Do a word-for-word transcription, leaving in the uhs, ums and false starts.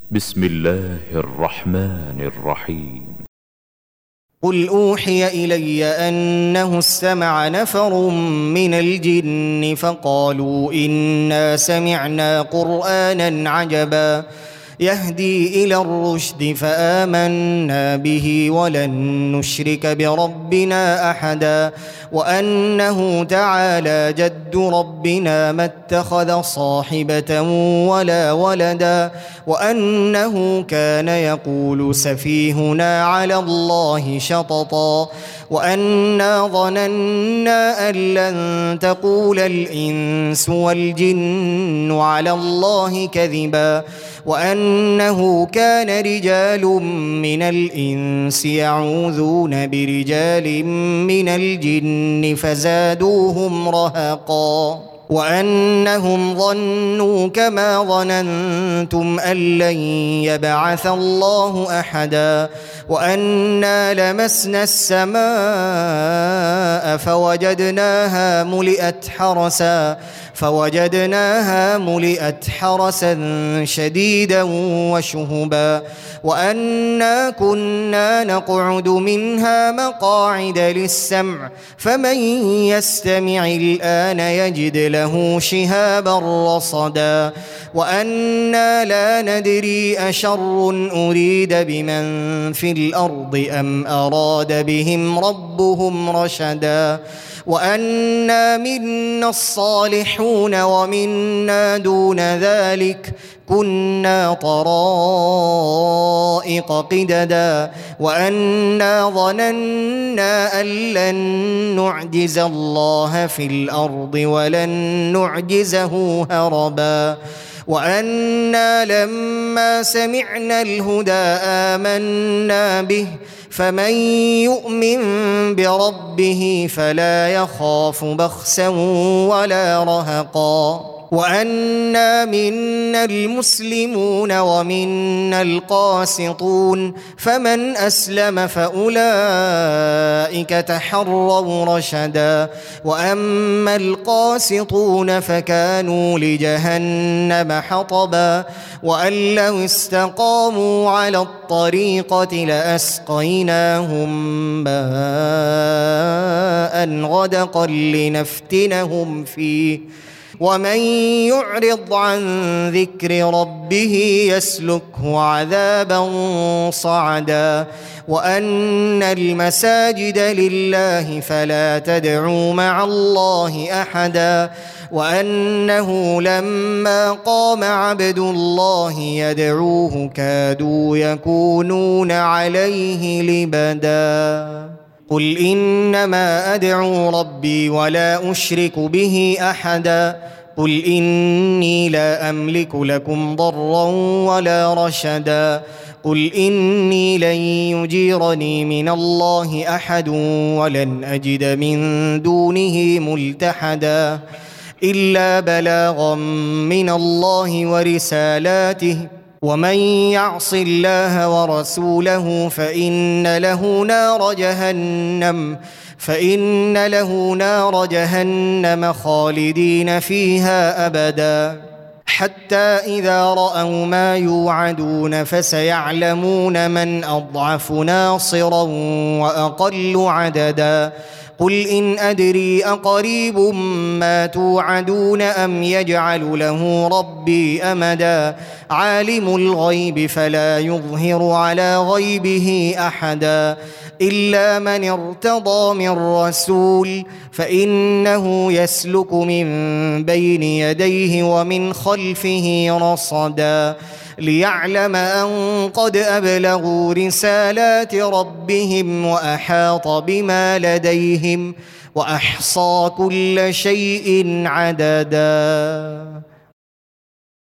بسم الله الرحمن الرحيم. قل أوحي إلي أنه استمع نفر من الجن فقالوا إنا سمعنا قرآنا عجبا يهدي إلى الرشد فآمنا به ولن نشرك بربنا أحدا وأنه تعالى جد ربنا ما اتخذ صاحبة ولا ولدا وأنه كان يقول سفيهنا على الله شططا وأنا ظننا أن لن تقول الإنس والجن على الله كذبا وأنه كان رجال من الإنس يعوذون برجال من الجن فزادوهم رهقا وأنهم ظنوا كما ظننتم أن لن يبعث الله أحدا وأنا لمسنا السماء فوجدناها ملئت حرسا فوجدناها ملئت حرسا شديدا وشهبا وأنا كنا نقعد منها مقاعد للسمع فمن يستمع الآن يجد له شهابا رصدا وأنا لا ندري أشر أريد بمن في الأرض أم أراد بهم ربهم رشدا وأنا منا الصالحون ومنا دون ذلك كنا طرائق قددا وأنا ظننا أن لن نعجز الله في الأرض ولن نعجزه هربا وأنا لما سمعنا الهدى آمنا به فمن يؤمن بربه فلا يخاف بخسا ولا رهقا وأنا منا المسلمون ومنا القاسطون فمن أسلم فأولئك تحروا رشدا وأما القاسطون فكانوا لجهنم حطبا وأن لو استقاموا على الطريقة لأسقيناهم ماء غدقا لنفتنهم فيه ومن يعرض عن ذكر ربه يسلكه عذابا صعدا وأن المساجد لله فلا تدعوا مع الله أحدا وأنه لما قام عبد الله يدعوه كادوا يكونون عليه لبدا قل إنما أدعو ربي ولا أشرك به أحدا قل إني لا أملك لكم ضرا ولا رشدا قل إني لن يجيرني من الله أحد ولن أجد من دونه ملتحدا إلا بلاغا من الله ورسالاته ومن يعص الله ورسوله فإن له نار جهنم فإن له نار جهنم خالدين فيها أبدا حتى إذا رأوا ما يوعدون فسيعلمون من أضعف ناصرا وأقل عددا قل إن أدري أقريب ما توعدون أم يجعل له ربي أمدا عالم الغيب فلا يظهر على غيبه أحدا إلا من ارتضى من رسول فإنه يسلك من بين يديه ومن خلفه رصدا ليعلم أن قد أبلغوا رسالات ربهم وأحاط بما لديهم وأحصى كل شيء عددا.